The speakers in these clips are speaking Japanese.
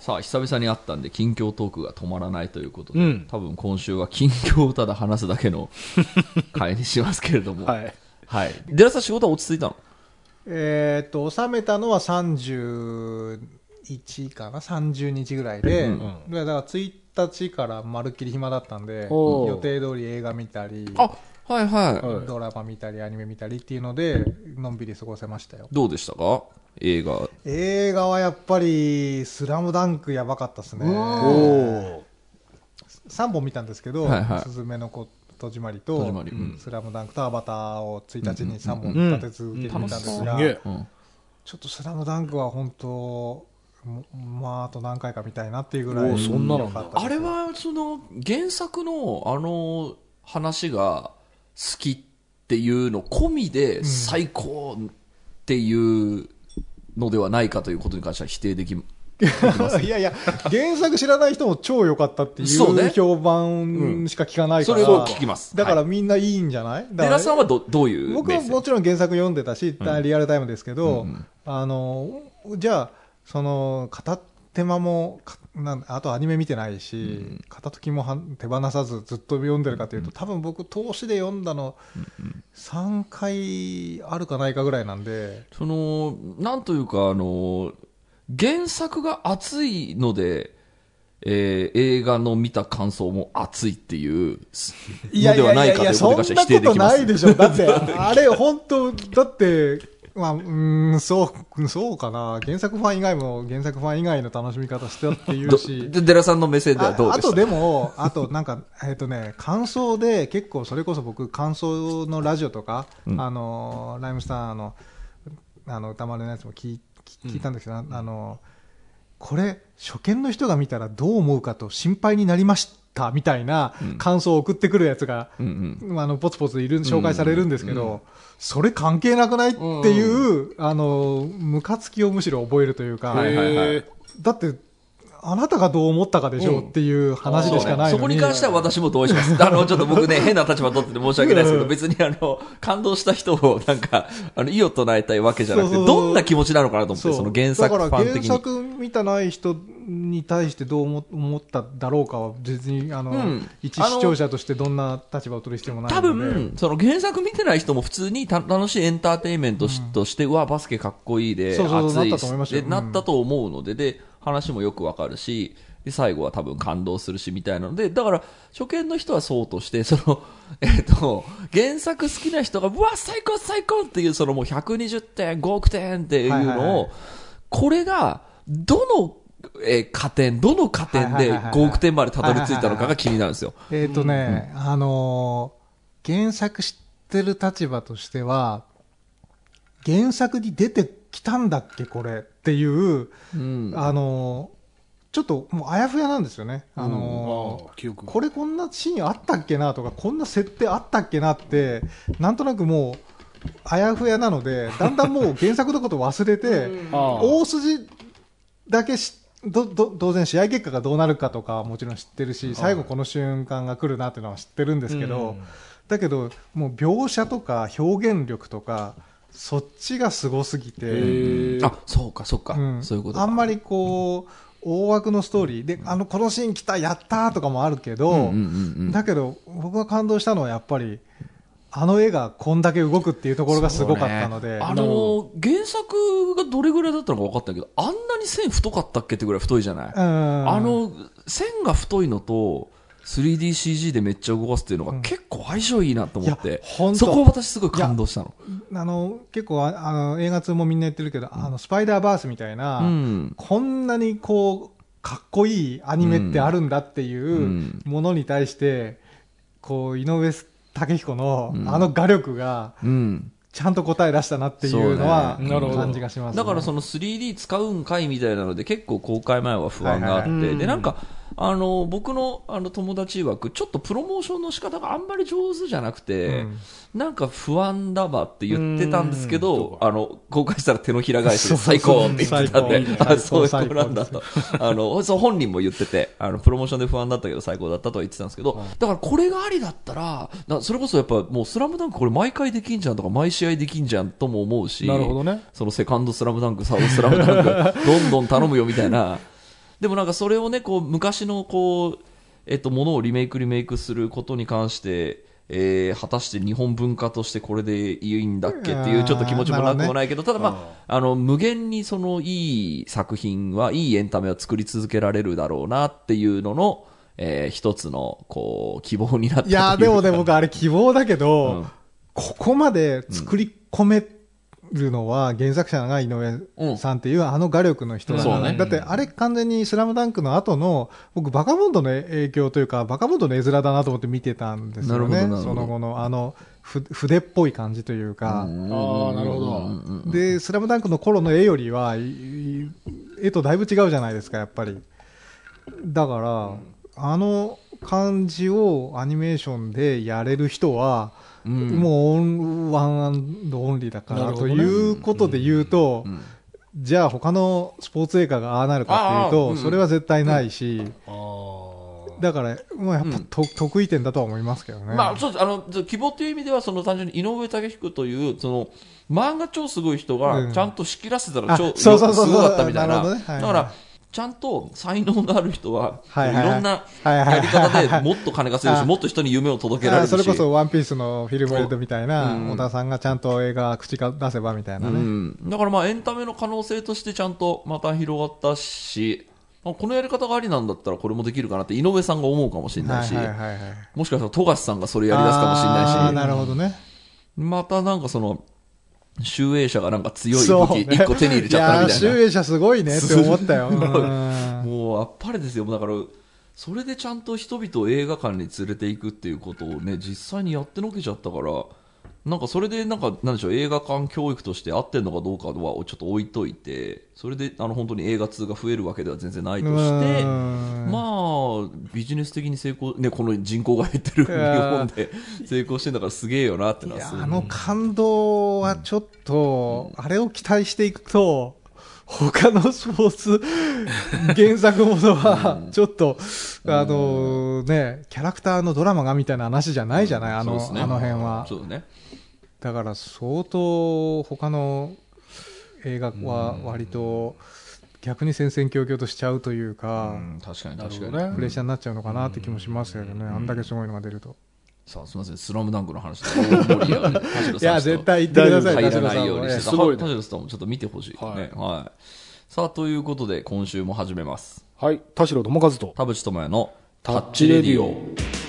さあ久々に会ったんで近況トークが止まらないということで、多分今週は近況をただ話すだけの回にしますけれども、はい、はい、デラさん仕事は落ち着いたの？ 収めたのは31かな、30日ぐらいで、だから1日からまるっきり暇だったんで、予定通り映画見たり、 はいはい、 ドラマ見たりアニメ見たりっていうのでのんびり過ごせましたよ。 どうでしたか？映画はやっぱりスラムダンクやばかったですね。3本見たんですけど、すずめの戸締まりとスラムダンクとアバターを1日に3本立て続けて見たんですが、ちょっとスラムダンクは本当あと何回か見たいなっていうぐらい。 そんなのあれはその原作の話が好きっていうの込みで最高っていうのではないかということに関しては否定できますいやいや、原作知らない人も超良かったっていう評判しか聞かないから、 それを聞きます。 だからみんないいんじゃない？ デラさんはどういう？ 僕はもちろん原作読んでたし、リアルタイムですけど、じゃあその片手間もあとアニメ見てないし、片時も手放さずずっと読んでるかというと、多分僕投資で読んだの3回あるかないかぐらいなんで、 なんというか原作が熱いので、映画の見た感想も熱いっていうのではないかということに関しては否定できます。 そんなことないでしょ。だってあれ本当だってそうかな。原作ファン以外も原作ファン以外の楽しみ方してたっていうし。 デラさんの目線ではどうでした？ あとなんか、感想で結構それこそ僕感想のラジオとか、ライムスターの歌丸のやつも聞いたんですけど、これ初見の人が見たらどう思うかと心配になりましたみたいな感想を送ってくるやつが、ポツポツ紹介されるんですけど、それ関係なくないっていうムカつきをむしろ覚えるというか、だってあなたがどう思ったかでしょうっていう話でしかないのに、 そこに関しては私も同意します。ちょっと僕ね、変な立場取ってて申し訳ないですけど、別に感動した人をなんか、意を唱えたいわけじゃなくて、どんな気持ちなのかなと思って、その原作ファン的に。 だから原作見たない人に対してどう思っただろうかは、別に、一視聴者としてどんな立場を取る必要もないので。 多分、その原作見てない人も普通に楽しいエンターテインメントとして、バスケかっこいいで、熱いで、なったと思うので、話もよくわかるし、で最後は多分感動するしみたいなので、だから初見の人はそうとして、原作好きな人がうわ最高最高っていうもう120点5億点っていうのを、これがどの加点で5億点までたどり着いたのかが気になるんですよ。 原作知ってる立場としては、原作に出てきたんだっけこれっていう、ちょっともうあやふやなんですよね。これこんなシーンあったっけなとか、こんな設定あったっけなって、なんとなくもうあやふやなので、だんだんもう原作のこと忘れて、大筋だけ当然試合結果がどうなるかとかはもちろん知ってるし、最後この瞬間が来るなっていうのは知ってるんですけど、だけどもう描写とか表現力とか、そっちがすごすぎて、 そうか、そういうこと。 あんまりこう大枠のストーリーでこのシーン来たやったとかもあるけど、だけど僕が感動したのはやっぱり絵がこんだけ動くっていうところがすごかったので、 原作がどれぐらいだったのか分かったけど、あんなに線太かったっけってぐらい太いじゃない。線が太いのと 3DCG でめっちゃ動かすっていうのが結構相性いいなと思って、そこを私すごい感動したの。 結構映画通もみんな言ってるけど、スパイダーバースみたいな、こんなにこうかっこいいアニメってあるんだっていうものに対して、こう井上武彦の画力がちゃんと答え出したなっていうのは感じがしますね。 だからその 3D 使うんかいみたいなので結構公開前は不安があって、でなんか僕の友達曰くちょっとプロモーションの仕方があんまり上手じゃなくて、なんか不安だわって言ってたんですけど、公開したら手のひら返しで最高って言ってたんで、そういうことなんだと。そう本人も言ってて、プロモーションで不安だったけど最高だったとは言ってたんですけど、だからこれがありだったら、それこそやっぱもうスラムダンクこれ毎回できんじゃんとか毎試合できんじゃんとも思うし、 なるほどね。 そのセカンドスラムダンク、サードスラムダンク、どんどん頼むよみたいな、 でもなんかそれをねこう昔のこうものをリメイクすることに関して果たして日本文化としてこれでいいんだっけっていうちょっと気持ちもなくもないけど、ただまあ無限にそのいい作品はいいエンタメを作り続けられるだろうなっていうのの一つのこう希望になったというか。 いやでもね僕あれ希望だけど、ここまで作り込めるのは原作者が井上さんっていう画力の人だから、だってあれ完全にスラムダンクの後の僕バカボンドの影響というかバカボンドの絵面だなと思って見てたんですよね。その後の筆っぽい感じというか。 なるほど。でスラムダンクの頃の絵よりは絵とだいぶ違うじゃないですかやっぱり。だから感じをアニメーションでやれる人はもうワンアンドオンリーだから、ということで言うと、じゃあ他のスポーツ映画がああなるかっていうと、それは絶対ないし、だからもうやっぱ得意点だとは思いますけどね。 まあそうです希望という意味では単純に井上武彦という漫画超すごい人がちゃんと仕切らせたら超すごかったみたいな。だからちゃんと才能がある人はいろんなやり方でもっと金稼げるし、もっと人に夢を届けられるし、 それこそワンピースのフィルムレッドみたいな小田さんがちゃんと映画口が出せばみたいなね、 だからまあエンタメの可能性としてちゃんとまた広がったし、このやり方がありなんだったらこれもできるかなって井上さんが思うかもしれないし、もしかしたら富樫さんがそれやりだすかもしれないし、 なるほどね。またなんか集英社がなんか強い武器一個手に入れちゃったみたいな。 集英社すごいねって思ったよ。 もうあっぱれですよ。だからそれでちゃんと人々を映画館に連れていくっていうことをね実際にやってのけちゃったから、なんかそれでなんでしょう、映画館教育として合ってるのかどうかはちょっと置いといて、それで本当に映画通が増えるわけでは全然ないとして、まあビジネス的に成功ね、この人口が減ってる日本で成功してんだからすげえよなってのはすごい。 感動はちょっと、あれを期待していくと他のスポーツ原作ものはちょっとねキャラクターのドラマがみたいな話じゃないじゃない、あの辺は。そうね。だから相当他の映画は割と逆に戦々恐々としちゃうというか、 確かにプレッシャーになっちゃうのかなって気もしますけどね、あんだけすごいのが出ると。 さあすみません、スラムダンクの話でいや絶対言ってください。 入らないようにして、田代さんもちょっと見てほしいね。はい。さあということで今週も始めます。 はい、田代智和と田淵智也のタッチレディオ。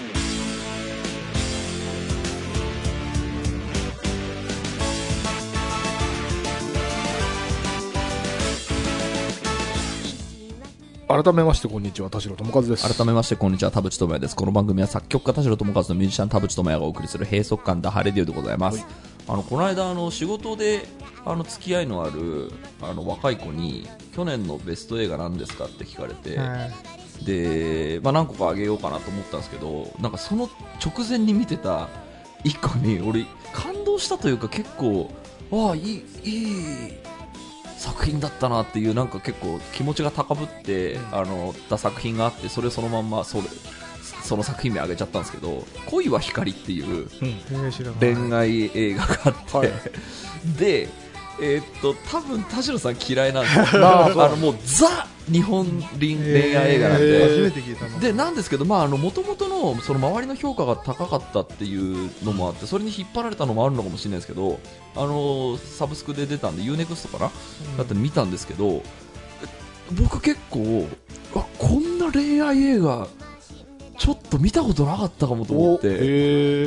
改めましてこんにちは、田代智和です。 改めましてこんにちは、田淵智也です。この番組は作曲家田代智和のミュージシャン田淵智也がお送りする閉塞感ダハレディオでございます。この間仕事で付き合いのある若い子に去年のベスト映画何ですかって聞かれて、で、何個かあげようかなと思ったんですけど、なんかその直前に見てた一個に俺感動したというか、結構いい作品だったなっていう、なんか結構気持ちが高ぶってた作品があって、それそのまんまその作品名あげちゃったんですけど、恋は光っていう恋愛映画があって、で多分田代さん嫌いなんですよ。もうザ日本恋愛映画なんで、 初めて聞いたのでなんですけど、もともとのその周りの評価が高かったっていうのもあって、それに引っ張られたのもあるのかもしれないですけど、サブスクで出たんで UNEXT かな、だったら見たんですけど、僕結構こんな恋愛映画ちょっと見たことなかったかもと思って、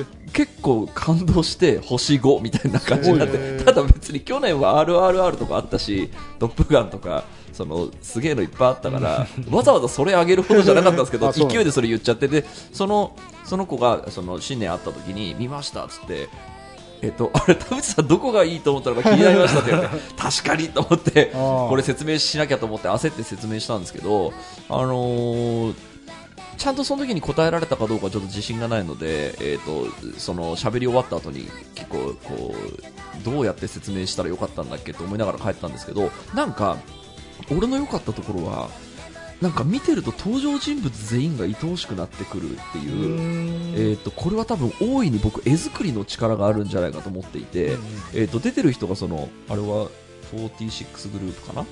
結構感動して星5みたいな感じになって、ただ別に去年は RRR とかあったし、トップガンとかすげえのいっぱいあったからわざわざそれあげるほどじゃなかったんですけど勢いでそれ言っちゃって、でその子が新年会った時に見ましたっつって、あれ田淵さんどこがいいと思ったのか気になりましたって言って確かにと思ってこれ説明しなきゃと思って焦って説明したんですけど、ちゃんとその時に答えられたかどうかちょっと自信がないので、その喋り終わった後に結構こうどうやって説明したらよかったんだっけと思いながら帰ったんですけど、なんか俺の良かったところはなんか見てると登場人物全員が愛おしくなってくるっていう、これは多分大いに僕絵作りの力があるんじゃないかと思っていて、出てる人があれは46グループかな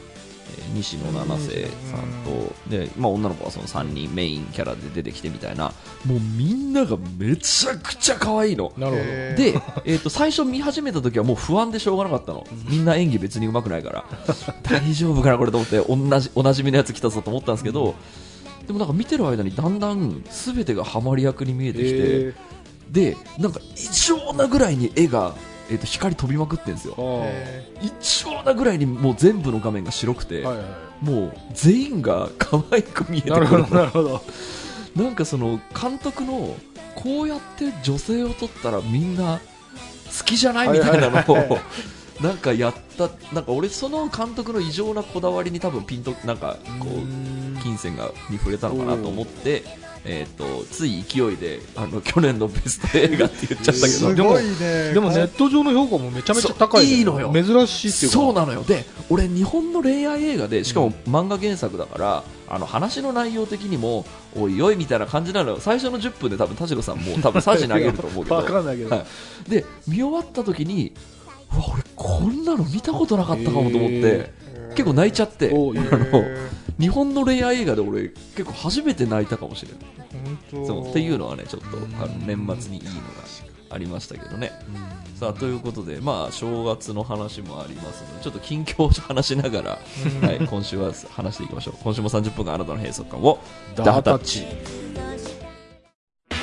西野七瀬さんとで、女の子はその3人メインキャラで出てきてみたいな、もうみんながめちゃくちゃ可愛いの。 なるほど。 で、最初見始めた時はもう不安でしょうがなかったの。みんな演技別に上手くないから大丈夫かなこれと思っておなじみのやつ来たぞと思ったんですけど、でもなんか見てる間にだんだん全てがハマり役に見えてきて、でなんか異常なぐらいに絵が光飛びまくってるんですよ。異常なぐらいにもう全部の画面が白くて、もう全員が可愛く見えてくる。なるほど。なんかその監督のこうやって女性を撮ったらみんな好きじゃないみたいなのをなんかやった。なんか俺その監督の異常なこだわりに多分ピンとなんかこう金銭に触れたのかなと思って、つい勢いで去年のベスト映画って言っちゃったけど、 すごいね。 でもネット上の評価もめちゃめちゃ高い、 いいのよ。 珍しいっていうか。 そうなのよ。で俺日本の恋愛映画でしかも漫画原作だから、話の内容的にもおいおいみたいな感じなのよ。最初の10分で多分田代さんも多分サジ投げると思うけど分かんないけど、 はい、で見終わった時にうわ俺こんなの見たことなかったかもと思って結構泣いちゃって、日本の恋愛映画で俺結構初めて泣いたかもしれない。そうっていうのはねちょっと年末にいいのがありましたけどね。さあということで正月の話もありますのでちょっと近況を話しながら、はい、今週は話していきましょう。今週も30分間あなたの閉塞感をダハタッチ。 田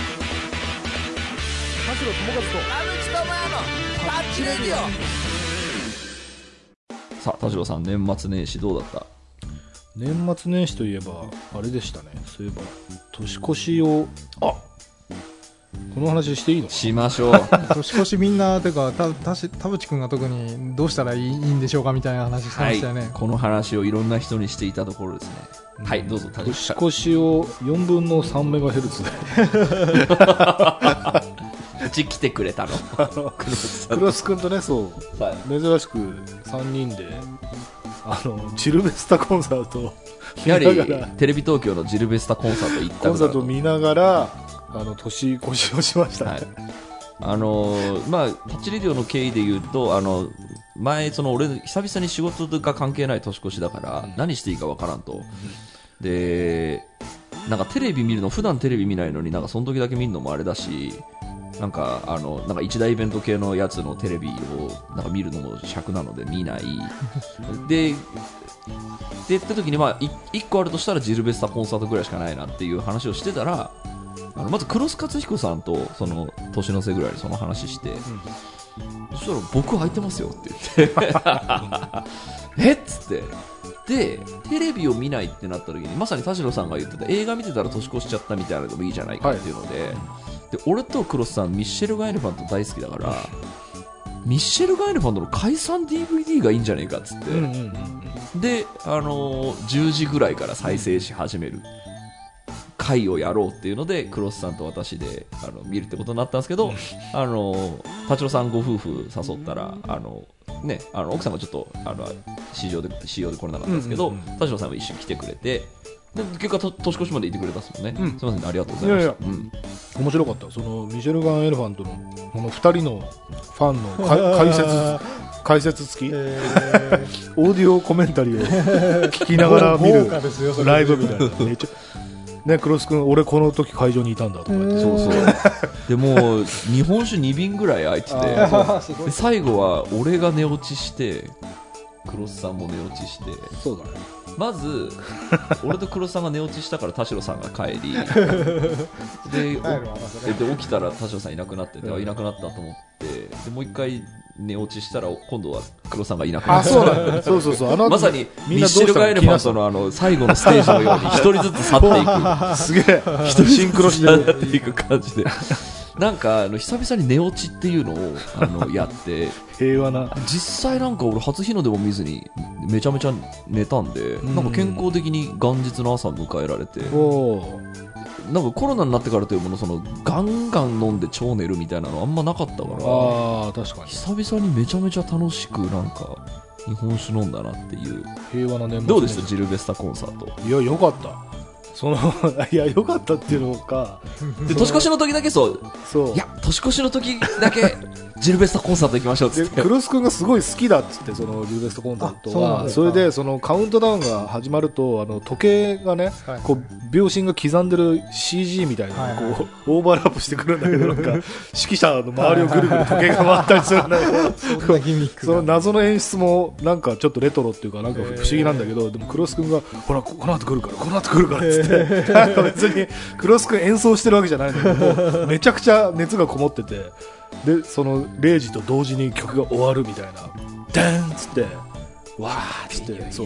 代友和とタッチレディオ。さあ田代さん年末年始どうだった？ 年末年始といえばあれでしたね。そういえば年越しをこの話していいのかな？ しましょう。 年越しみんなというか田淵君が特にどうしたらいいんでしょうかみたいな話してましたよね、 はい、この話をいろんな人にしていたところですね、はいどうぞ。 年越しを4分の3メガヘルツでうち来てくれたのクロス君とね、そう、はい、珍しく3人でジルベスタコンサートやはりテレビ東京のジルベスタコンサート行ったコンサート見ながら年越しをしましたね、はい、 タッチレディオの経緯で言うと前俺久々に仕事が関係ない年越しだから何していいかわからんと、でなんかテレビ見るの普段テレビ見ないのになんかその時だけ見るのもあれだし、なんか一大イベント系のやつのテレビをなんか見るのも尺なので見ないで言った時に1個あるとしたらジルベスタコンサートぐらいしかないなっていう話をしてたら、まず黒須克彦さんとその年の瀬ぐらいでその話して、そしたら僕空いてますよって言ってえっつってでテレビを見ないってなった時にまさに田代さんが言ってた映画見てたら年越しちゃったみたいなのでもいいじゃないかっていうので、で俺とクロスさんミッシェル・ガイネファント大好きだからミッシェル・ガイネファントの解散 DVD がいいんじゃないかっつって、で10時ぐらいから再生し始める回をやろうっていうのでクロスさんと私で見るってことになったんですけど、田代さんご夫婦誘ったら奥さんがちょっと仕様で来れなかったんですけど、田代さんは一緒に来てくれて、で結果年越しまでいてくれたっすもんね、すみませんありがとうございました。 面白かった。そのミシェルガン・エレファントのこの2人のファンの解説付きオーディオコメンタリーを聞きながら見るライブみたいなめっちゃね、クロス君俺この時会場にいたんだとか言って、 そうそうでもう日本酒2瓶ぐらい空いててで最後は俺が寝落ちしてクロスさんも寝落ちして、 そうだね、 まず俺とクロスさんが寝落ちしたから田代さんが帰りで起きたら田代さんいなくなってて、いなくなったと思ってでもう一回寝落ちしたら今度は黒さんがいなくなって、 そうまさにミッシェル・ガイネファントの最後のステージのように一人ずつ去っていくすげえ一人シンクロして去っていく感じでなんか久々に寝落ちっていうのをやって平和な、 実際なんか俺初日の出も見ずにめちゃめちゃ寝たんで、なんか健康的に元日の朝迎えられて、なんかコロナになってからというものそのガンガン飲んで超寝るみたいなのあんまなかったから、 確かに久々にめちゃめちゃ楽しくなんか日本酒飲んだなっていう。 平和な年末。 どうでしたジルベスタコンサート？ いや良かった。 いや良かったっていうのかで年越しの時だけそういや年越しの時だけジルベストコンサート行きましょうっつってクロス君がすごい好きだっつってそのジルベストコンサートはそれでそのカウントダウンが始まると時計がね、はい、こう秒針が刻んでる CG みたいな、はい、こうオーバーラップしてくるんだけどなんか指揮者の周りをぐるぐる時計が回ったりするんだけどその謎の演出もなんかちょっとレトロっていうかなんか不思議なんだけどでもクロス君がほらこの後来るからこの後来るからっつってなんか別にクロス君演奏してるわけじゃないんだけどめちゃくちゃ熱がこもっててでその0時と同時に曲が終わるみたいなダーンっつってわーっつってそう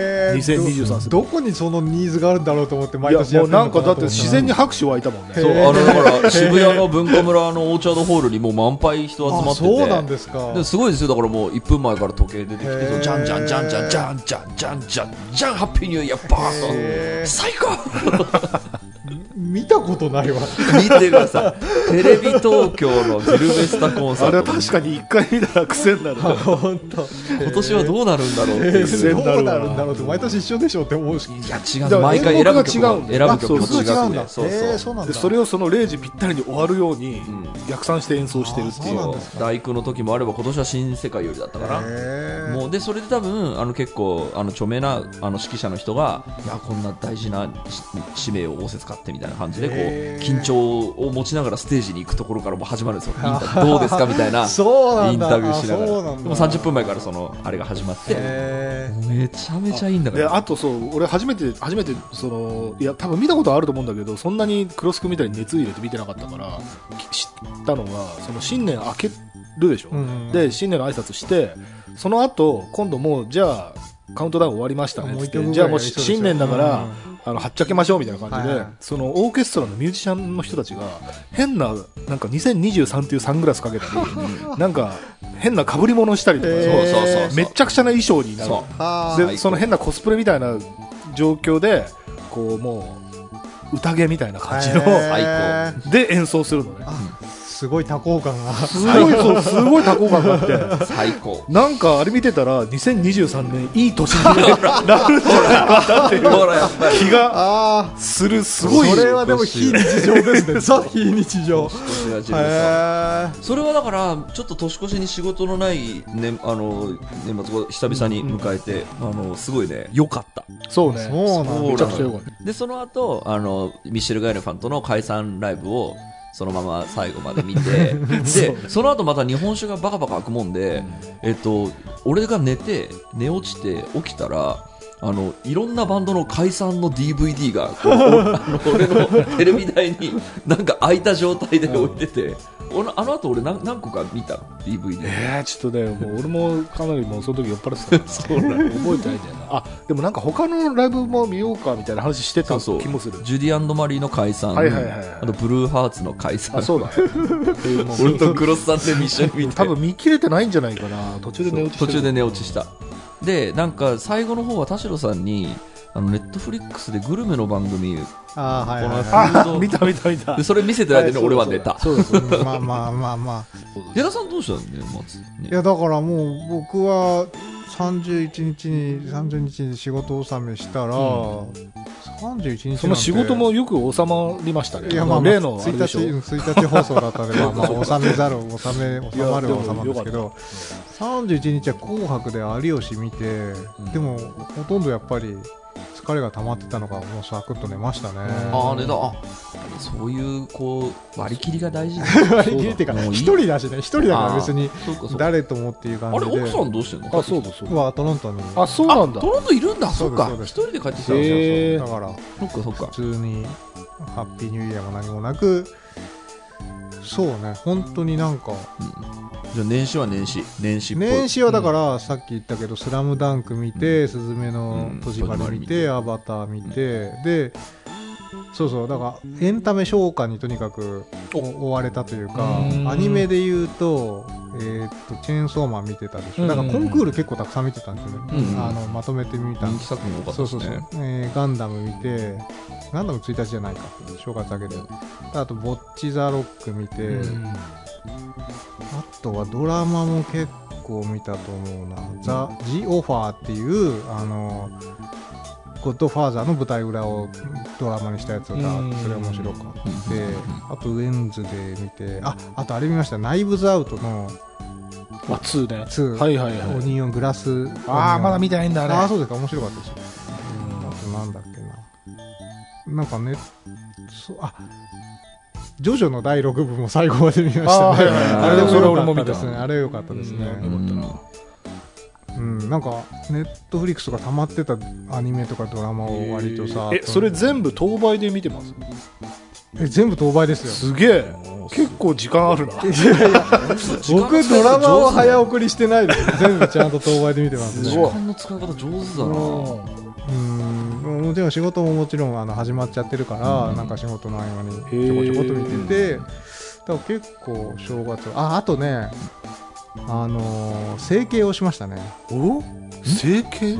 2023年どこにそのニーズがあるんだろうと思って毎年やってるのかなと思ったなんかだって自然に拍手湧いたもんねそうだから渋谷の文化村のオーチャードホールにもう満杯人集まっててそうなんですかですごいですよだからもう1分前から時計出てきてじゃんじゃんじゃんじゃんじゃんじゃんじゃんじゃんじゃんハッピーニューイヤーバーン最高見たことないわ見てくださいテレビ東京のジルベスタコンサートあれは確かに1回見たら癖になる本当今年はどうなるんだろうってどうなるんだろうって毎年一緒でしょって思うしいや違う毎回選ぶ曲が違うんだそうなんだそれをその0時ぴったりに終わるように逆算して演奏してるっていう大工の時もあれば今年は新世界よりだったからもうでそれで多分結構著名な指揮者の人がいやこんな大事な使命を仰せつかってみたいな感じでこう緊張を持ちながらステージに行くところからもう始まるんですよどうですかみたいなインタビューしながらでも30分前からあれが始まってめちゃめちゃいいんだからあとそう俺初めていや多分見たことあると思うんだけどそんなにクロス君みたいに熱入れて見てなかったから知ったのがその新年明けるでしょ、で新年の挨拶してその後今度もうじゃあカウントダウン終わりましたねってじゃあもう新年だからはっちゃけましょうみたいな感じで、そのオーケストラのミュージシャンの人たちが変ななんか2023っていうサングラスかけたりなんか変な被り物したりとか、めっちゃくちゃな衣装になるでその変なコスプレみたいな状況でこうもう宴みたいな感じので演奏するのね。 すごい多幸感がすごい多幸感があって最高なんかあれ見てたら2023年いい年になるんじゃないかっていう気がするすごいそれはでも非日常ですねザ非日常それはだからちょっと年越しに仕事のない、年末を久々に迎えて、すごいね良かったそうねめちゃくちゃ良かったでその後ミッシェル・ガイレファントの解散ライブをそのまま最後まで見てでその後また日本酒がバカバカ開くもんで、俺が寝落ちて起きたらいろんなバンドの解散の DVD が俺のテレビ台になんか開いた状態で置いててあの後俺何個か見た DVD ちょっとねもう俺もかなりもうその時酔っ払ってたそう覚えてないんだよなでもなんか他のライブも見ようかみたいな話してた気もするジュディ&マリーの解散、あとブルーハーツの解散そうだ俺とクロスさんで一緒に見て多分見切れてないんじゃないかな途中で寝落ちしたでなんか最後の方は田代さんにネットフリックスでグルメの番組見たでそれ見せてる間に俺は寝たまあ矢田さんどうしたんだよいやだからもう僕は30日に仕事納めしたら、31日その仕事もよく収まりましたね。 いや例の 1日放送だったので収めざるを収まるは収まるんですけど31日は紅白で有吉見て、でもほとんどやっぱり疲れが溜まってたのかもうサクッと寝ましたね。 そういうこう割り切りが大事割り切りっていうか一人だしね、一人だから別に誰ともっていう感じで。 あれ奥さんどうしてんの？ そうトロントに。 そうなんだ。 トロントいるんだ。そうか。一人で帰ってきただからそっか普通にハッピーニューイヤーも何もなく、そうね本当になんか。 じゃあ年始は年始はだからさっき言ったけどスラムダンク見て、スズメの戸締まり見て、アバター見て、でそうだからエンタメ消化にとにかく追われたというか、アニメで言うとチェーンソーマン見てたでしょ。だからコンクール結構たくさん見てたんですよね。まとめてみた人気作品多かったですね。 ガンダム見て、ガンダム1日じゃないか正月だけで、あとボッチザロック見て、あとはドラマも結構見たと思うな。ジ・オファーっていうゴッドファーザーの舞台裏をドラマにしたやつがそれ面白かった。あとウェンズで見て、あとあれ見ました。ナイブズアウトの 2ね。 2、 はいはいはい。 オニオングラス。 まだ見てないんだね。 そうですか、面白かったですよ。あとなんだっけな。なんかね、ジョジョの第6部も最後まで見ましたね。あれも良かったですね。あれ良かったですね。なんかネットフリックスとか溜まってたアニメとかドラマを割とさ、 それ全部当倍で見てます？ 全部当倍ですよ。 すげえ。結構時間あるな。 僕ドラマを早送りしてないです。全部ちゃんと当倍で見てますね。 時間の使い方上手だな。 もちろん仕事ももちろん始まっちゃってるから、なんか仕事の合間にちょこちょこと見てて、だから結構正月あとね、整形をしましたね。 整形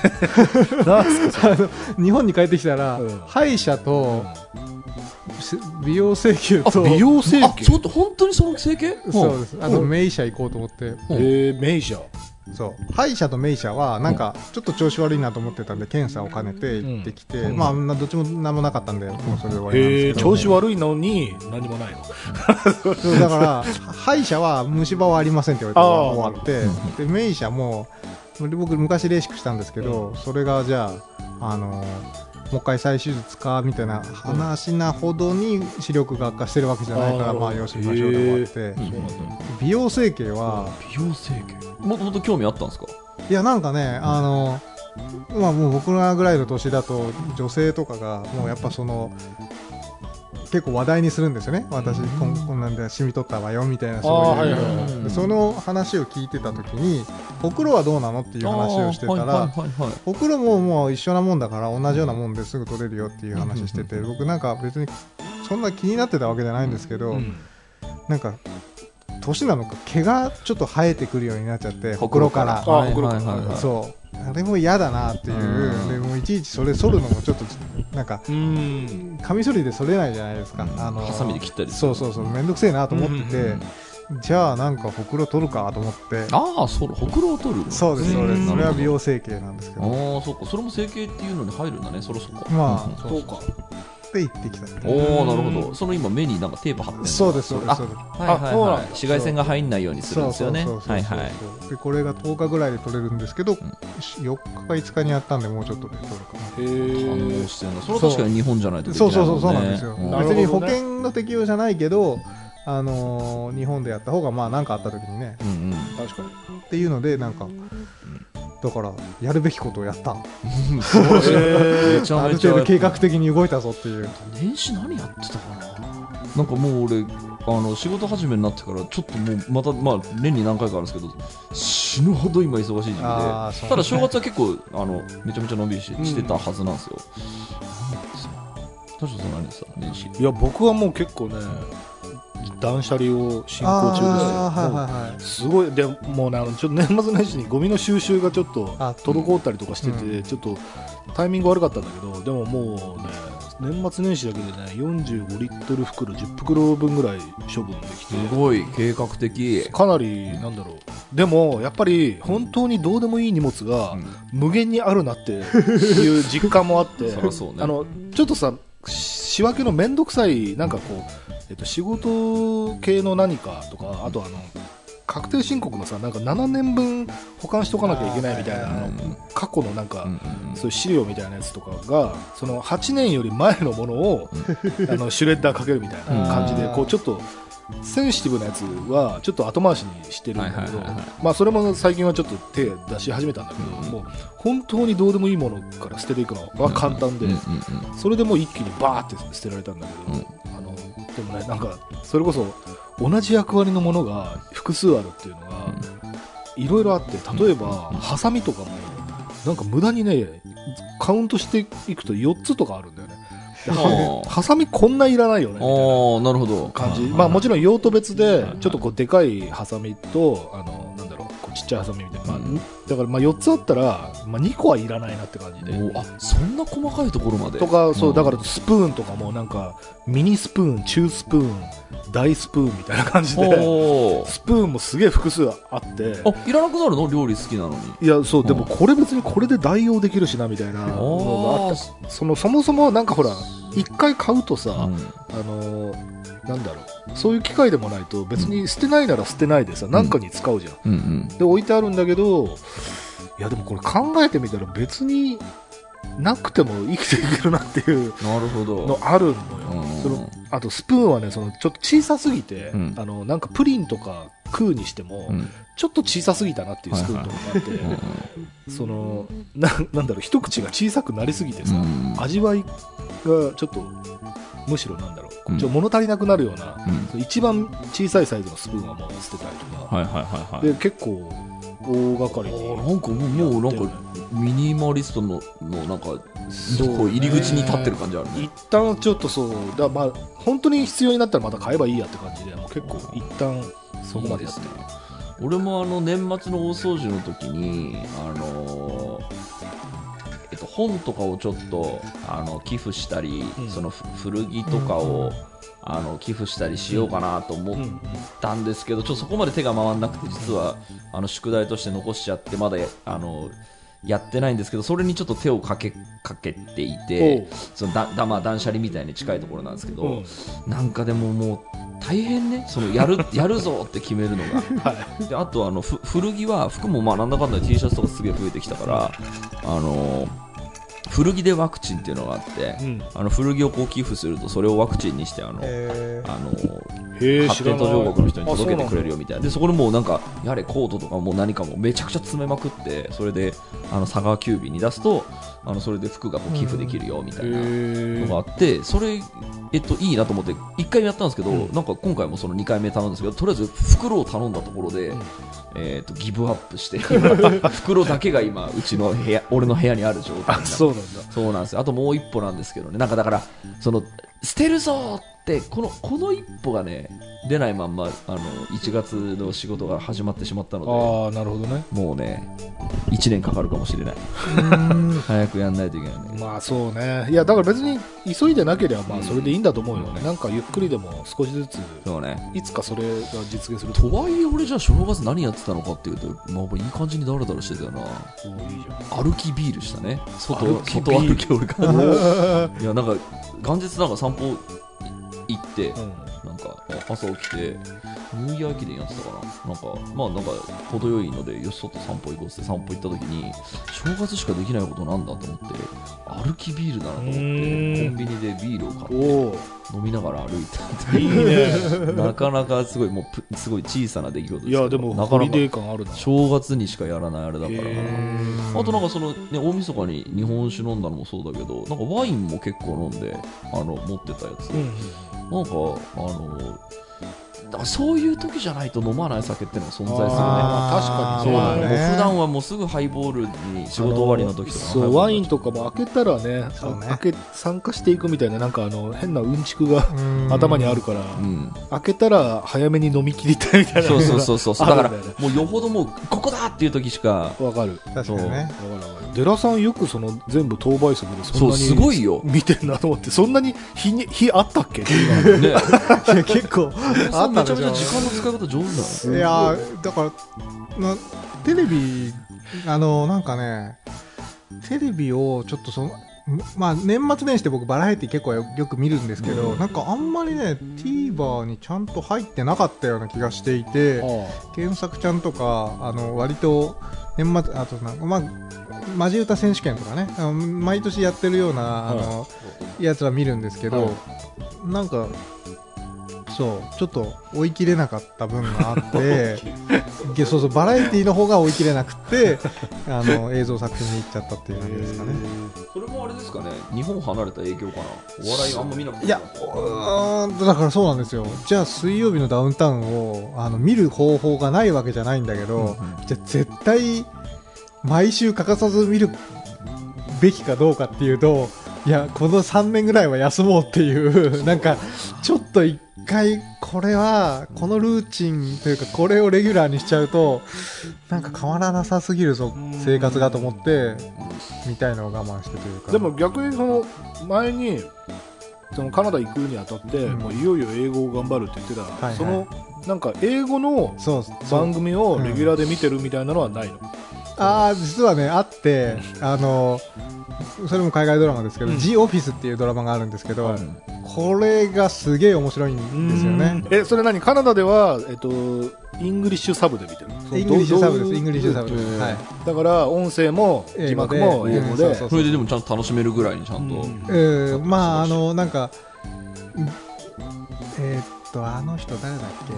日本に帰ってきたら、歯医者と美容整形と美容整形、 ちょっと本当にその整形？ そうです。あと名医者行こうと思って。 名医者。 そう、歯医者と名医者はなんかちょっと調子悪いなと思ってたんで検査を兼ねて行ってきて、まあどっちも何もなかったんで、もうそれで終わりなんですけど。 調子悪いのに何もないの。 そうだから歯医者は虫歯はありませんって言われて終わって、で名医者も僕昔レーシックしたんですけど、それがじゃあもう一回再手術かみたいな話なほどに視力が悪化してるわけじゃないから、まあよしましょうで終わって、美容整形はもともと興味あったんですか？ いやなんかねもう僕らぐらいの年だと女性とかがもうやっぱ結構話題にするんですよね。私こんなんで染み取ったわよみたいな、その話を聞いてた時にほくろはどうなのっていう話をしてたら、ほくろもう一緒なもんだから同じようなもんですぐ取れるよっていう話してて、僕なんか別にそんな気になってたわけじゃないんですけど、なんか年なのか毛がちょっと生えてくるようになっちゃって、ほくろから、そうあれも嫌だなっていう、でもいちいちそれ剃るのもちょっとなんかカミソリで剃れないじゃないですか、 ハサミで切ったりそうめんどくせえなと思ってて、じゃあなんかほくろ取るかと思って。 ほくろを取る。 そうですそれは美容整形なんですけど。 そうか、それも整形っていうのに入るんだね。そろそろまあそうかって言ってきた。 なるほど。その今目になんかテープ貼ってる。 そうです。 紫外線が入んないようにするんですよね。 でこれが10日ぐらいで取れるんですけど、4日か5日にやったんでもうちょっとで取るかな。 反応してるの。それは確かに日本じゃないとできないもんね。 そうなんですよ。別に保険の適用じゃないけど、日本でやった方がまあ何かあった時にね、 確かにっていうのでなんか。だからやるべきことをやった。ある程度計画的に動いたぞっていう。 年始何やってたかな。なんかもう俺仕事始めになってからちょっともうまた年に何回かあるんですけど死ぬほど今忙しい時期で、ただ正月は結構めちゃめちゃのんびりしてたはずなんですよ。田代さん何ですか年始？ いや僕はもう結構ね断捨離を進行中です。すごいでもうねちょっと年末年始にゴミの収集がちょっと滞ったりとかしてて、ちょっとタイミング悪かったんだけど、でももうね年末年始だけでね45リットル袋10袋分ぐらい処分できて、 すごい計画的。 かなりなんだろう。でもやっぱり本当にどうでもいい荷物が無限にあるなっていう実感もあってちょっとさ仕分けのめんどくさいなんかこう仕事系の何かとか、あと確定申告のさなんか7年分保管しとかなきゃいけないみたいな過去のなんかそういう資料みたいなやつとかがその8年より前のものをシュレッダーかけるみたいな感じでこうちょっとセンシティブなやつはちょっと後回しにしてるんだけど、まあそれも最近はちょっと手出し始めたんだけど、もう本当にどうでもいいものから捨てていくのは簡単で、それでもう一気にバーって捨てられたんだけど、でもねなんかそれこそ同じ役割のものが複数あるっていうのがいろいろあって、例えばハサミとかもなんか無駄にねカウントしていくと4つとかあるんだよね。ハサミこんないらないよねみたいな感じ。まあもちろん用途別でちょっとこうでかいハサミとなんだろうこちっちゃいハサミみたいな、だから4つあったら、2個はいらないなって感じで。 あ、そんな細かいところまでとか、そう、だからスプーンとかもなんかミニスプーン、中スプーン、大スプーンみたいな感じで、スプーンもすげえ複数あって、 いらなくなるの？料理好きなのに。 いや、そう、でもこれ別にこれで代用できるしなみたいなのがあって、そもそもなんかほら一回買うとさ、なんだろう、そういう機械でもないと別に捨てないなら捨てないでさ、何かに使うじゃん、で置いてあるんだけど、いやでもこれ考えてみたら別になくても生きていけるなっていうのあるのよ。あとスプーンはね、ちょっと小さすぎて、なんかプリンとか食うにしても、ちょっと小さすぎたなっていうスプーンとかがあって、なんだろう、一口が小さくなりすぎてさ、味わいがちょっとむしろなんだろう、物足りなくなるような、一番小さいサイズのスプーンはもう捨てたりとか、で結構大掛かりになんかもうなんかミニマリストのなんか入り口に立ってる感じあるね。 一旦ちょっとそうだ、本当に必要になったらまた買えばいいやって感じで、もう結構一旦そこまでですね。 俺も年末の大掃除の時に本とかをちょっと寄付したり、その古着とかを寄付したりしようかなと思ったんですけど、ちょっとそこまで手が回らなくて、実は宿題として残しちゃってまだやってないんですけど、それにちょっと手をかけていて、その断捨離みたいに近いところなんですけど、なんかでももう大変ね、そのやるぞって決めるのが、であと古着は服もなんだかんだ T シャツとかすげえ増えてきたから、古着でワクチンっていうのがあって、古着をこう寄付するとそれをワクチンにして発展途上国の人に届けてくれるよみたいな。でそこでもうなんかやれコートとかもう何かもめちゃくちゃ詰めまくって、それで佐川急便に出すとそれで服がこう寄付できるよみたいなのがあって、それいいなと思って1回目やったんですけど、なんか今回もその2回目頼んだんですけど、とりあえず袋を頼んだところで、ギブアップして袋だけが今うちの俺の部屋にある状態。 そうなんですよ。 あともう一歩なんですけどね、なんかだから捨てるぞってこの一歩がね出ないまんま1月の仕事が始まってしまったので、 なるほどね、 もうね1年かかるかもしれない早くやんないといけないね。 そうね。いやだから別に急いでなければそれでいいんだと思うよね。なんかゆっくりでも少しずつ、 そうね、 いつかそれが実現するとはいえ、俺じゃあ正月何やってたのかっていうと、いい感じにダラダラしてたよな。 いいじゃん。歩きビールしたね。外歩き俺からいやなんか元日なんか散歩行って、なんか朝起きてニューイヤー駅伝やってたかな、なんか程よいのでよし外散歩行こうって散歩行った時に、正月しかできないことなんだと思って、歩きビールだなと思ってコンビニでビールを買って飲みながら歩いたっていう。いいね。なかなかすごいすごい小さな出来事ですけど、 いやでもホリデー感あるな。 正月にしかやらないあれだからな。あとなんか大晦日に日本酒飲んだのもそうだけど、なんかワインも結構飲んで持ってたやつ、なんかだからそういう時じゃないと飲まない酒ってのが存在するね。 確かにそうだね。 もう普段はもうすぐハイボールに仕事終わりの時とか、 そうワインとかも開けたらね、参加していくみたいな、なんか変なうんちくが頭にあるから、開けたら早めに飲み切りたいみたいな。 そうだからもうよほどもうここだっていう時しか。 わかる。 確かにね。 デラさんよく全部当倍速でそんなにすごいよ見てんなと思って、そんなに日あったっけ？ ね、結構あった。 めちゃめちゃ時間の使い方上手だよ。 いやだからテレビなんかね、テレビをちょっと年末年始で僕バラエティ結構よく見るんですけど、なんかあんまりね TVer にちゃんと入ってなかったような気がしていて、検索ちゃんとか割と年末あとマジ歌選手権とかね、毎年やってるようなやつは見るんですけど、なんかちょっと追い切れなかった分があってそうバラエティの方が追い切れなくて映像作品に行っちゃったっていう感じですかね。 それもあれですかね、日本離れた影響かな。お笑いあんま見なくて。 いやだからそうなんですよ。じゃあ水曜日のダウンタウンを見る方法がないわけじゃないんだけど、じゃあ絶対毎週欠かさず見るべきかどうかっていうといやこの3年ぐらいは休もうっていうなんかちょっと一回これはこのルーチンというかこれをレギュラーにしちゃうとなんか変わらなさすぎるぞ生活がと思ってみたいのを我慢してというか。 でも逆にその前にそのカナダ行くにあたって、もういよいよ英語を頑張るって言ってた、 はいはい、 そのなんか英語の番組をレギュラーで見てるみたいなのはないの？ 実はねあってそれも海外ドラマですけど、ジ・オフィスっていうドラマがあるんですけど、これがすげえ面白いんですよね。 それ何カナダでは、イングリッシュサブで見てる？ イングリッシュサブです。イングリッシュサブです、はい、 だから音声も字幕も英語で、 それででもちゃんと楽しめるぐらいにちゃんと、 まあなんかあの人誰だっけ、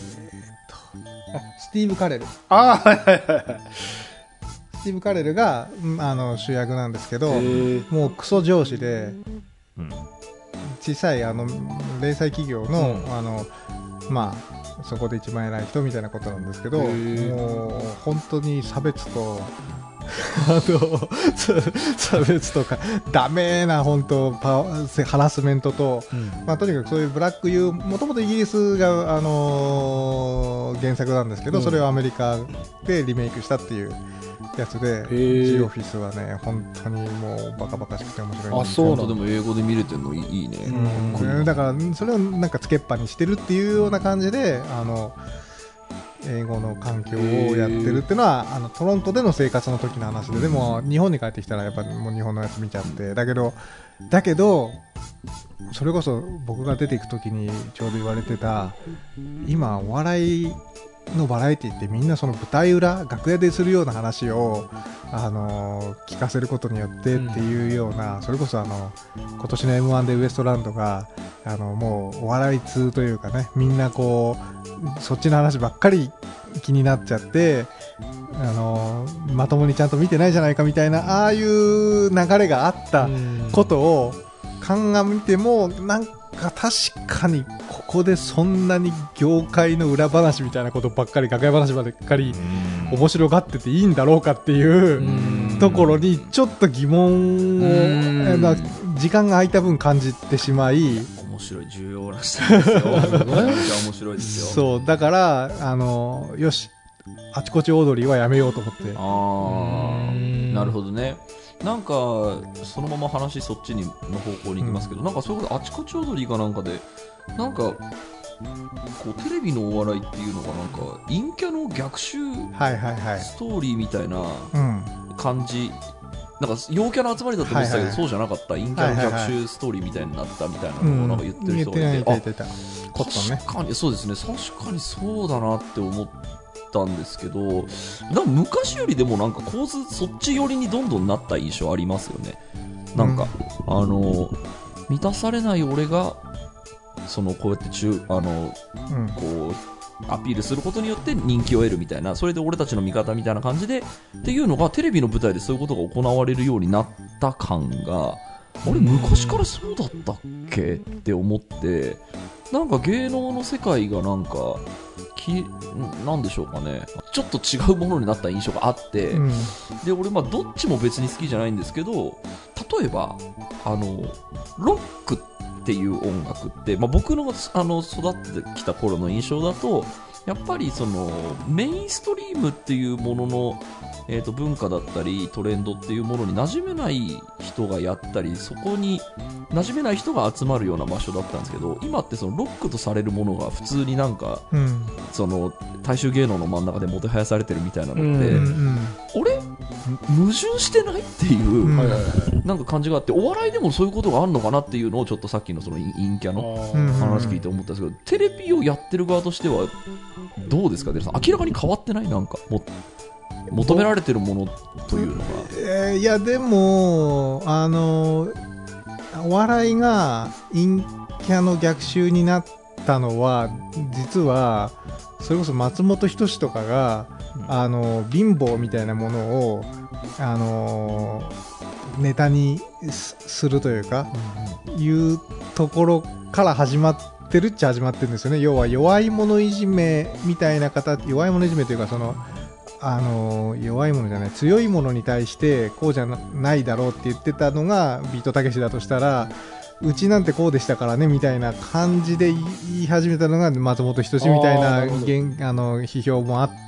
スティーブ・カレル。 はいはいはい。 スティーブ・カレルが主役なんですけど、もうクソ上司で、小さい零細企業の、まあそこで一番偉い人みたいなことなんですけど、もう本当に差別と差別とかダメな本当ハラスメントと、まあ、とにかくそういうブラックユー、もともとイギリスが、原作なんですけど、それをアメリカでリメイクしたっていうやつで、ジオフィスはね本当にもうバカバカしくて面白いんです。 そうなんでも英語で見れてるのいいね。 だからそれをなんかつけっぱにしてるっていうような感じで英語の環境をやってるっていうのはトロントでの生活の時の話で、でも日本に帰ってきたらやっぱりもう日本のやつ見ちゃって、だけどそれこそ僕が出ていく時にちょうど言われてた、今お笑いのバラエティってみんなその舞台裏楽屋でするような話を聞かせることによってっていうような、それこそ今年の M1 でウエストランドがもうお笑い通というかね、みんなこうそっちの話ばっかり気になっちゃってまともにちゃんと見てないじゃないかみたいな、ああいう流れがあったことを鑑みても、なんか確かにここでそんなに業界の裏話みたいなことばっかり、楽屋話ばっかり面白がってていいんだろうかっていうところにちょっと疑問を時間が空いた分感じてしまい、 面白い重要な視点ですよ。面白いですよ。 そうだからよしあちこちオードリーはやめようと思って。 なるほどね。なんかそのまま話そっちの方向に行きますけど、なんかそういうことあちこちオードリーかなんかでなんかこうテレビのお笑いっていうのがなんか陰キャの逆襲ストーリーみたいな感じ、なんか陽キャの集まりだと思ってたけど、そうじゃなかった陰キャの逆襲ストーリーみたいになったみたいなのをなんか言ってる人がいて、確かにそうですね、確かにそうだなって思ったんですけど、なんか昔よりでもなんか構図そっち寄りにどんどんなった印象ありますよね。なんか、満たされない俺がこうやってこうアピールすることによって人気を得るみたいな、それで俺たちの味方みたいな感じでっていうのがテレビの舞台でそういうことが行われるようになった感が、あれ昔からそうだったっけって思って、なんか芸能の世界がなんかなんでしょうかね、ちょっと違うものになった印象があって、で俺どっちも別に好きじゃないんですけど、例えばロックっていう音楽って、僕の育ってきた頃の印象だとやっぱりメインストリームっていうものの、文化だったりトレンドっていうものに馴染めない人がやったり、そこに馴染めない人が集まるような場所だったんですけど、今ってロックとされるものが普通になんか、大衆芸能の真ん中でもてはやされてるみたいなのって、俺矛盾してないっていう、なんか感じがあって、お笑いでもそういうことがあるのかなっていうのをちょっとさっきの陰キャの話聞いて思ったんですけど、テレビをやってる側としてはどうですか、デルさん。明らかに変わってない、なんか求められてるものというのが。 いやでもお笑いが陰キャの逆襲になったのは、実はそれこそ松本人志とかが貧乏みたいなものをネタにするというか、いうところから始まってるっちゃ始まってるんですよね。要は弱い者いじめみたいな形、弱い者いじめというか弱いものじゃない強いものに対してこうじゃないだろうって言ってたのがビートたけしだとしたら、うちなんてこうでしたからねみたいな感じで言い始めたのが松本人志みたいな批評もあって、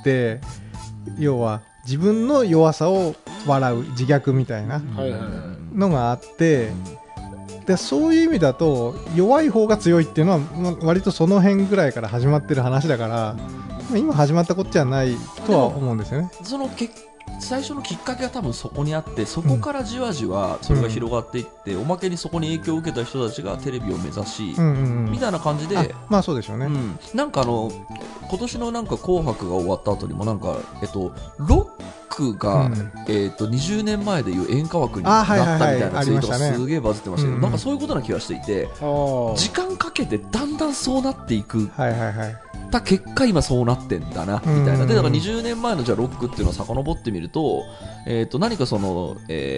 要は自分の弱さを笑う自虐みたいなのがあって、でそういう意味だと弱い方が強いっていうのは割とその辺ぐらいから始まってる話だから、今始まったことじゃないとは思うんですよね。 その最初のきっかけが多分そこにあって、そこからじわじわそれが広がっていって、おまけにそこに影響を受けた人たちがテレビを目指し、みたいな感じで、 まあそうでしょうね。 なんか今年のなんか紅白が終わった後にもなんかロックが20年前でいう演歌枠になったみたいなツイートがすげえバズってましたけど、なんかそういうことな気がしていて、時間かけてだんだんそうなっていく。た結果今そうなってんだなみたいな。でだから20年前のじゃあロックっていうのを遡ってみると、何かその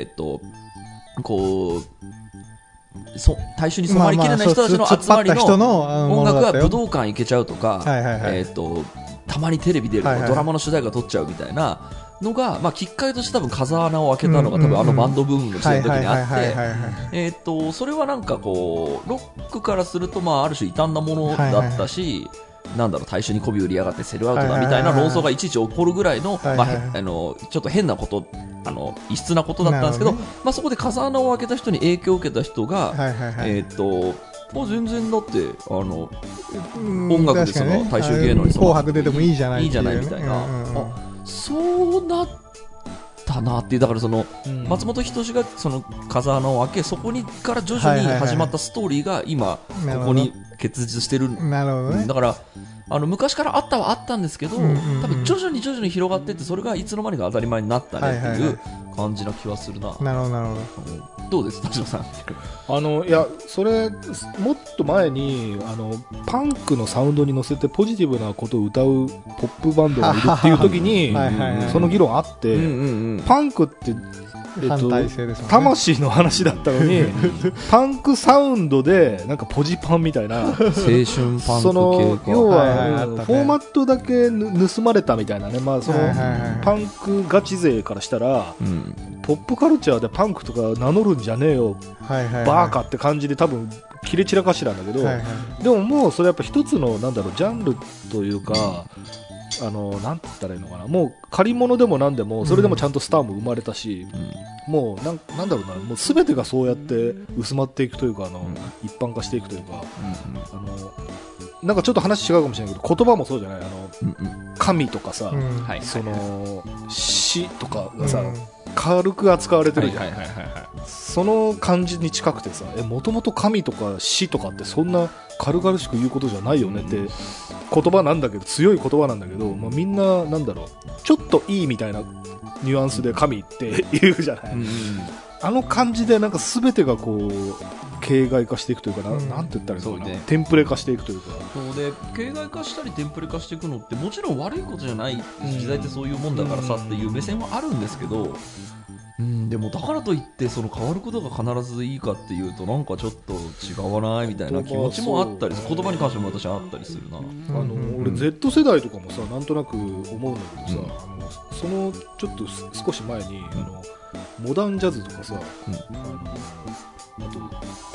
こう大衆に染まりきれない人たちの集まりの音楽は武道館行けちゃうとか、たまにテレビでドラマの主題歌撮っちゃうみたいなのが、きっかけとして多分風穴を開けたのが多分バンドブームの時代の時にあって、それはなんかこうロックからするとある種異端なものだったし、なんだろう大衆に媚び売りやがってセルアウトだみたいな論争がいちいち起こるぐらいのちょっと変なこと異質なことだったんですけど、そこで風穴を開けた人に影響を受けた人が全然だって音楽でその大衆芸能に紅白出てもいいじゃないみたいな、そうなったなっていう。だからその松本人志がその風穴を開け、そこにから徐々に始まったストーリーが今ここに結実してる。だから昔からあったんですけど、多分徐々に広がっていって、それがいつの間にか当たり前になったねっていう感じな気はするな。 なるほどどうです田代さん。 いやそれもっと前にパンクのサウンドに乗せてポジティブなことを歌うポップバンドがいるっていう時にその議論あって、パンクって魂の話だったのにパンクサウンドでなんかポジパンみたいな青春パンク系か、 要はフォーマットだけ盗まれたみたいなね。そのパンクガチ勢からしたらポップカルチャーでパンクとか名乗るんじゃねえよバーカって感じで多分切れ散らかしなんだけど、でももうそれやっぱ一つのジャンルというか、なんて言ったらいいのかな、もう借り物でもなんでもそれでもちゃんとスターも生まれたし、もうなんだろうな、もう全てがそうやって薄まっていくというか一般化していくというか、なんかちょっと話違うかもしれないけど言葉もそうじゃない、神とかさ、その死とかがさ、軽く扱われてるじゃん。その感じに近くてさ、もともと神とか死とかってそんな軽々しく言うことじゃないよねって言葉なんだけど、強い言葉なんだけど、みんななんだろう、ちょっといいみたいなニュアンスで神って言うじゃない。あの感じでなんか全てがこう形骸化していくというか、なんて言ったらいいのかな、テンプレ化していくというか。そうで形骸化したりテンプレ化していくのってもちろん悪いことじゃない、時代ってそういうもんだからさっていう目線はあるんですけど、でもだからといってその変わることが必ずいいかっていうとなんかちょっと違わないみたいな気持ちもあったり、言葉に関しても私はあったりするな。 俺 Z 世代とかもさなんとなく思うんだけどさ、そのちょっと少し前にモダンジャズとかさ、あと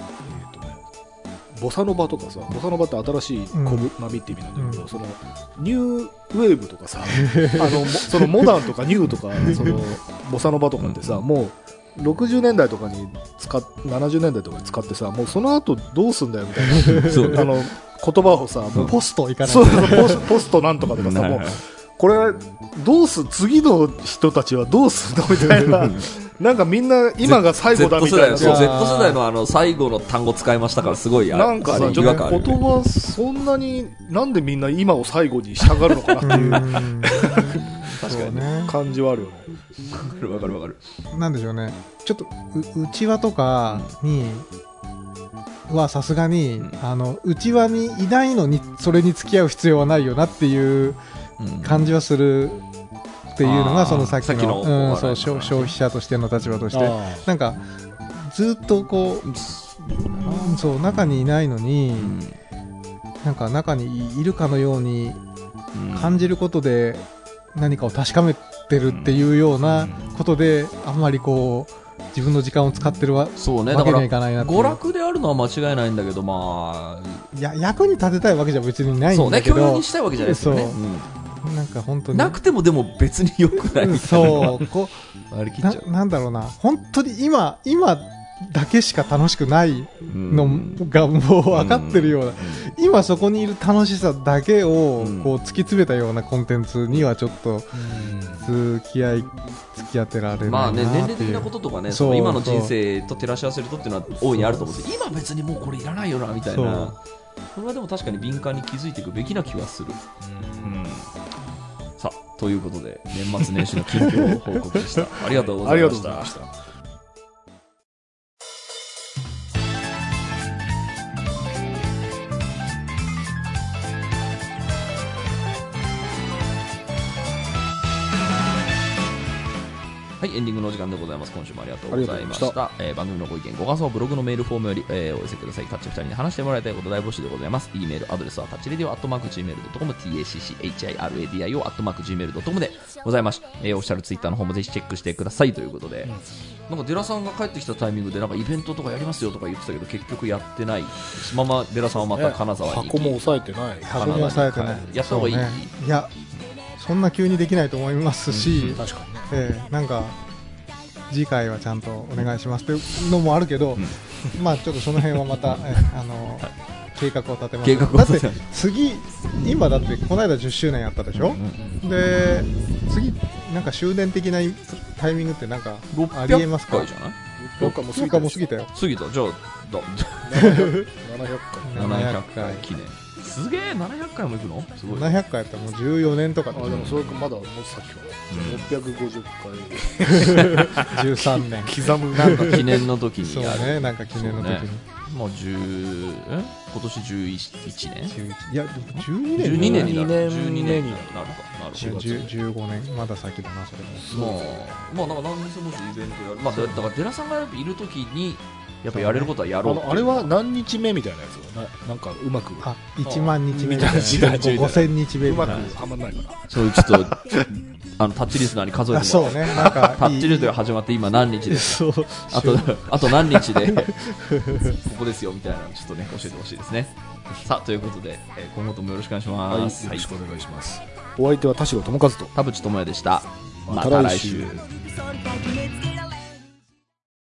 ボサノバとかさ、ボサノバって新しい波って意味なんだけど、そのニューウェーブとかさそのモダンとかニューとかそのボサノバとかってさ、もう60年代とかに70年代とかに使ってさ、もうその後どうすんだよみたいな言葉をさ、もうポストいかないポストなんとかとかさ、もうこれ次の人たちはどうするのみたいななんかみんな今が最後だみたいな。 Z 世代の最後の単語使いましたからすごいなんかさ、ちょっと言葉そんなになんでみんな今を最後に従うのかなっていう確かにね感じはあるよね。 わかるなんでしょうね、ちょっと内輪とかにはさすがに内輪にいないのにそれに付き合う必要はないよなっていう感じはするっていうのがそのさっきの消費者としての立場として、なんかずっとこうそう中にいないのに、なんか中にいるかのように感じることで、 何かを確かめてるっていうようなことで、あんまりこう自分の時間を使ってるそうね、 わけにはいかないなっていう。 娯楽であるのは間違いないんだけど、まあ、 いや役に立てたいわけじゃ別にないそうね、 んだけど、 共有にしたいわけじゃないですよね。 そうなんか本当になくてもでも別に良くないみたいなそうこ割り切っちゃう。 なんだろうな、本当に今だけしか楽しくないのがもう分かってるような、今そこにいる楽しさだけをこう突き詰めたようなコンテンツにはちょっと付き合ってられるなっていう。 まあね、年齢的なこととかね、その今の人生と照らし合わせるとっていうのは大いにあると思うんですけど、今別にもうこれいらないよなみたいな、それはでも確かに敏感に気づいていくべきな気はする。さあ、ということで年末年始の近況を報告でした。ありがとうございました。はい、エンディングのお時間でございます。今週もありがとうございました。番組のご意見、ご感想はブログのメールフォームより、お寄せください。タッチ2人に話してもらいたいこと大募集でございます。e メールアドレスはタッチレディオ@gmail.com、tacchiradio@gmail.com でございます。オフィシャルツイッターの方もぜひチェックしてくださいということで、なんかデラさんが帰ってきたタイミングでなんかイベントとかやりますよとか言ってたけど結局やってない。ままデラさんはまた金沢に行き、 箱も抑えてない。 箱も抑えてない。 やった方がいい。 いや、そんな急にできないと思いますし、 確かにね。 なんか次回はちゃんとお願いしますというのもあるけど、まあちょっとその辺はまた計画を立てます。だって次今だってこの間10周年やったでしょ。で次なんか終電的なタイミングってなんかありえますか。 600回じゃない ？600回も過ぎたよ。 過ぎた。じゃあ 700 回記念。すげえ、700回も行くのすごい。 700回やったらもう14年とかで。 でもそれかまだもう先は650回 13年刻むなんか記念の時にやる。 そうね、なんか記念の時にもう今年11年いや12年 12年になる。 12年になるか。なるほど。 15年まだ先だなそれも。 まあなんか何にせもしイベントやる。まあだからデラさんがいる時にやっぱやれることはやろう。 あれは何日目みたいなやつなんかうまく 1万日目みたいな、 5000 日目みたいな。 うまくはまんないから。 そうちょっとタッチリスナーに数えてもらう。 そうね、なんかタッチリスナーが始まって今何日ですか。あと何日でここですよみたいなのちょっとね教えてほしいですね。さあということで今後ともよろしくお願いします。 よろしくお願いします。お相手は田代智和と田淵智也でした。 また来週。